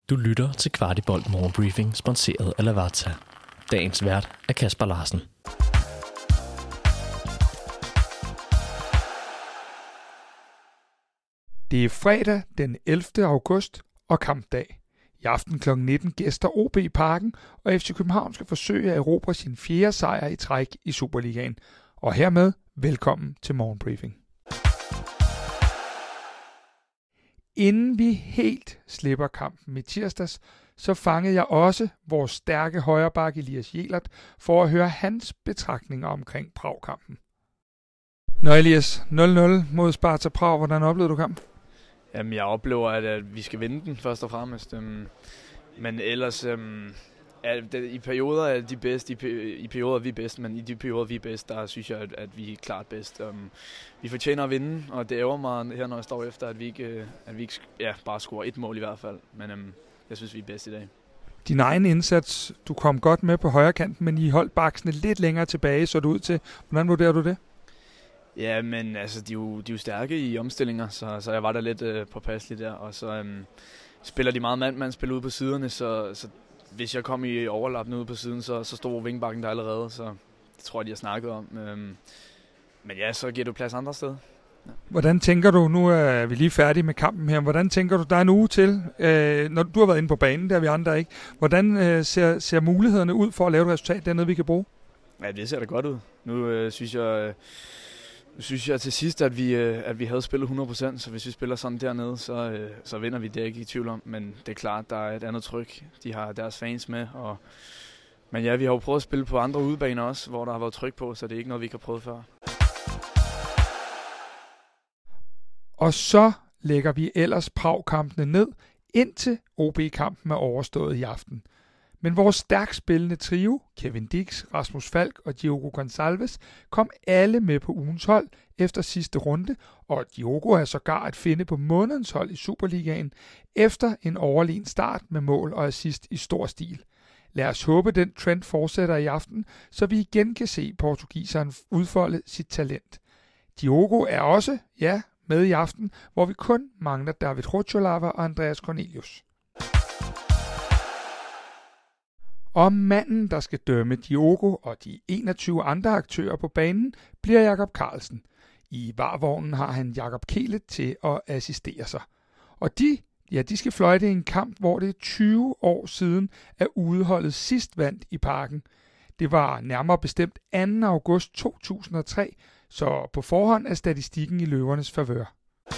Du lytter til Kvartibolt Morgenbriefing, sponsoreret af Lavazza. Dagens vært er Kasper Larsen. Det er fredag den 11. august og kampdag. I aften kl. 19 gæster OB i Parken, og FC København skal forsøge at erobre sin 4. sejr i træk i Superligaen. Og hermed velkommen til Morgenbriefing. Inden vi helt slipper kampen i tirsdags, så fangede jeg også vores stærke højreback Elias Jelert for at høre hans betragtninger omkring Prag-kampen. Nå Elias, 0-0 mod Sparta Prag. Hvordan oplevede du kampen? Jamen, jeg oplever, at vi skal vinde den først og fremmest. Men ellers, i perioder er de bedst, i perioder er vi bedst, men i de perioder, vi er bedst, der synes jeg, at vi er klart bedst. Vi fortjener at vinde, og det ærger mig her, når jeg står efter, at vi ikke bare scorer et mål i hvert fald. Men jeg synes, vi er bedst i dag. Din egen indsats, du kom godt med på højre kanten, men I holdt baksene lidt længere tilbage, så du ud til. Hvordan vurderer du det? Ja, men altså, de er jo stærke i omstillinger, så jeg var der lidt påpasselig der. Og så spiller de meget mand-spil ude på siderne, så hvis jeg kom i overlappende ude på siden, så stod vingbakken der allerede. Så det tror jeg, de har snakket om. Men ja, så giver du plads andre steder. Ja. Hvordan tænker du, nu er vi lige færdige med kampen her, hvordan tænker du, der er en uge til, når du har været inde på banen, der er vi andre ikke. Hvordan ser mulighederne ud for at lave et resultat dernede, vi kan bruge? Ja, det ser da godt ud. Nu synes jeg til sidst, at vi havde spillet 100%, så hvis vi spiller sådan dernede, så vinder vi, det er ikke i tvivl om. Men det er klart, der er et andet tryk. De har deres fans med. Men ja, vi har jo prøvet at spille på andre udebaner også, hvor der har været tryk på, så det er ikke noget, vi ikke har prøvet før. Og så lægger vi ellers Prag-kampene ned, indtil OB-kampen er overstået i aften. Men vores stærkt spillende trio, Kevin Dix, Rasmus Falk og Diogo Gonçalves, kom alle med på ugens hold efter sidste runde, og Diogo er sågar at finde på månedens hold i Superligaen, efter en overlegen start med mål og assist i stor stil. Lad os håbe, den trend fortsætter i aften, så vi igen kan se portugiseren udfolde sit talent. Diogo er også, med i aften, hvor vi kun mangler David Rocholava og Andreas Cornelius. Og manden, der skal dømme Diogo og de 21 andre aktører på banen, bliver Jakob Carlsen. I varvognen har han Jakob Kehlet til at assistere sig. Og de skal fløjte i en kamp, hvor det er 20 år siden, at udeholdet sidst vandt i Parken. Det var nærmere bestemt 2. august 2003, så på forhånd er statistikken i løvernes favør.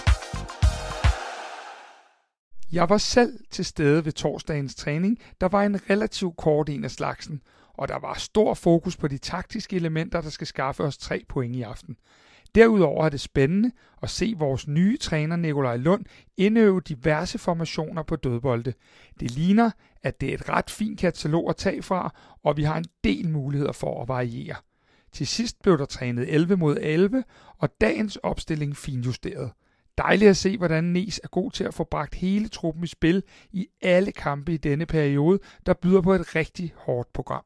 Jeg var selv til stede ved torsdagens træning, der var en relativt kort en af slagsen, og der var stor fokus på de taktiske elementer, der skal skaffe os 3 point i aften. Derudover er det spændende at se vores nye træner Nikolaj Lund indøve diverse formationer på dødbolde. Det ligner, at det er et ret fint katalog at tage fra, og vi har en del muligheder for at variere. Til sidst blev der trænet 11 mod 11, og dagens opstilling finjusteret. Dejligt at se, hvordan Nes er god til at få bragt hele truppen i spil i alle kampe i denne periode, der byder på et rigtig hårdt program.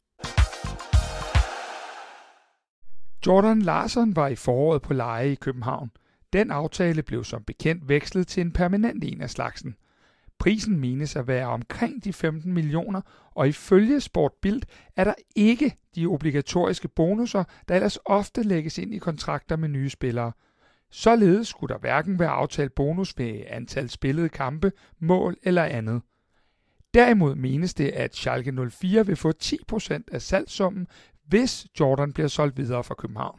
Jordan Larsson var i foråret på leje i København. Den aftale blev som bekendt vekslet til en permanent en af slagsen. Prisen menes at være omkring de 15 millioner, og ifølge Sport Bild er der ikke de obligatoriske bonusser, der ellers ofte lægges ind i kontrakter med nye spillere. Således skulle der hverken være aftalt bonus ved antal spillede kampe, mål eller andet. Derimod menes det, at Schalke 04 vil få 10% af salgssummen, hvis Jordan bliver solgt videre fra København.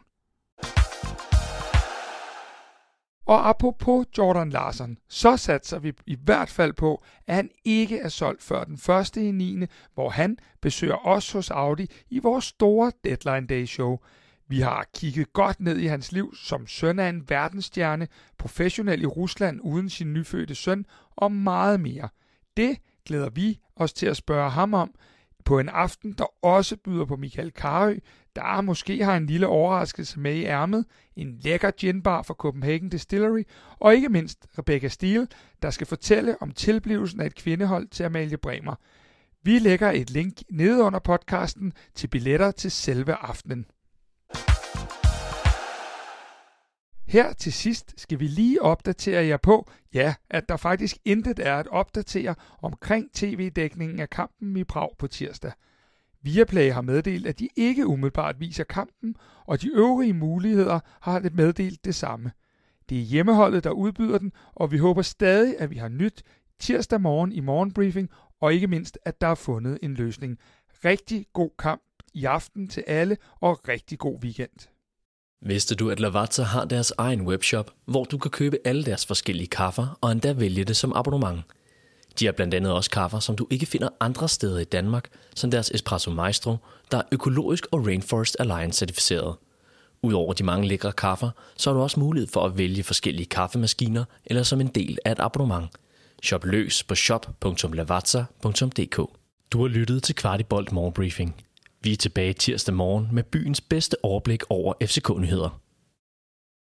Og apropos Jordan Larsson, så satser vi i hvert fald på, at han ikke er solgt før den 1.9., hvor han besøger os hos Audi i vores store Deadline Day show. Vi har kigget godt ned i hans liv som søn af en verdensstjerne, professionel i Rusland uden sin nyfødte søn og meget mere. Det glæder vi os til at spørge ham om på en aften, der også byder på Michael Carøe, der måske har en lille overraskelse med i ærmet, en lækker ginbar fra Copenhagen Distillery, og ikke mindst Rebecca Steele, der skal fortælle om tilblivelsen af et kvindehold til Amalie Bremer. Vi lægger et link nede under podcasten til billetter til selve aftenen. Her til sidst skal vi lige opdatere jer på, at der faktisk intet er at opdatere omkring tv-dækningen af kampen i Prag på tirsdag. Viaplay har meddelt, at de ikke umiddelbart viser kampen, og de øvrige muligheder har meddelt det samme. Det er hjemmeholdet, der udbyder den, og vi håber stadig, at vi har nyt tirsdag morgen i morgenbriefing, og ikke mindst, at der er fundet en løsning. Rigtig god kamp i aften til alle, og rigtig god weekend. Vidste du, at Lavazza har deres egen webshop, hvor du kan købe alle deres forskellige kaffer og endda vælge det som abonnement? De har blandt andet også kaffer, som du ikke finder andre steder i Danmark, som deres Espresso Maestro, der er økologisk og Rainforest Alliance certificeret. Udover de mange lækre kaffer, så har du også mulighed for at vælge forskellige kaffemaskiner eller som en del af et abonnement. Shop løs på shop.lavazza.dk. Du har lyttet til Kvartibolt Morgenbriefing. Vi er tilbage tirsdag morgen med byens bedste overblik over FCK-nyheder.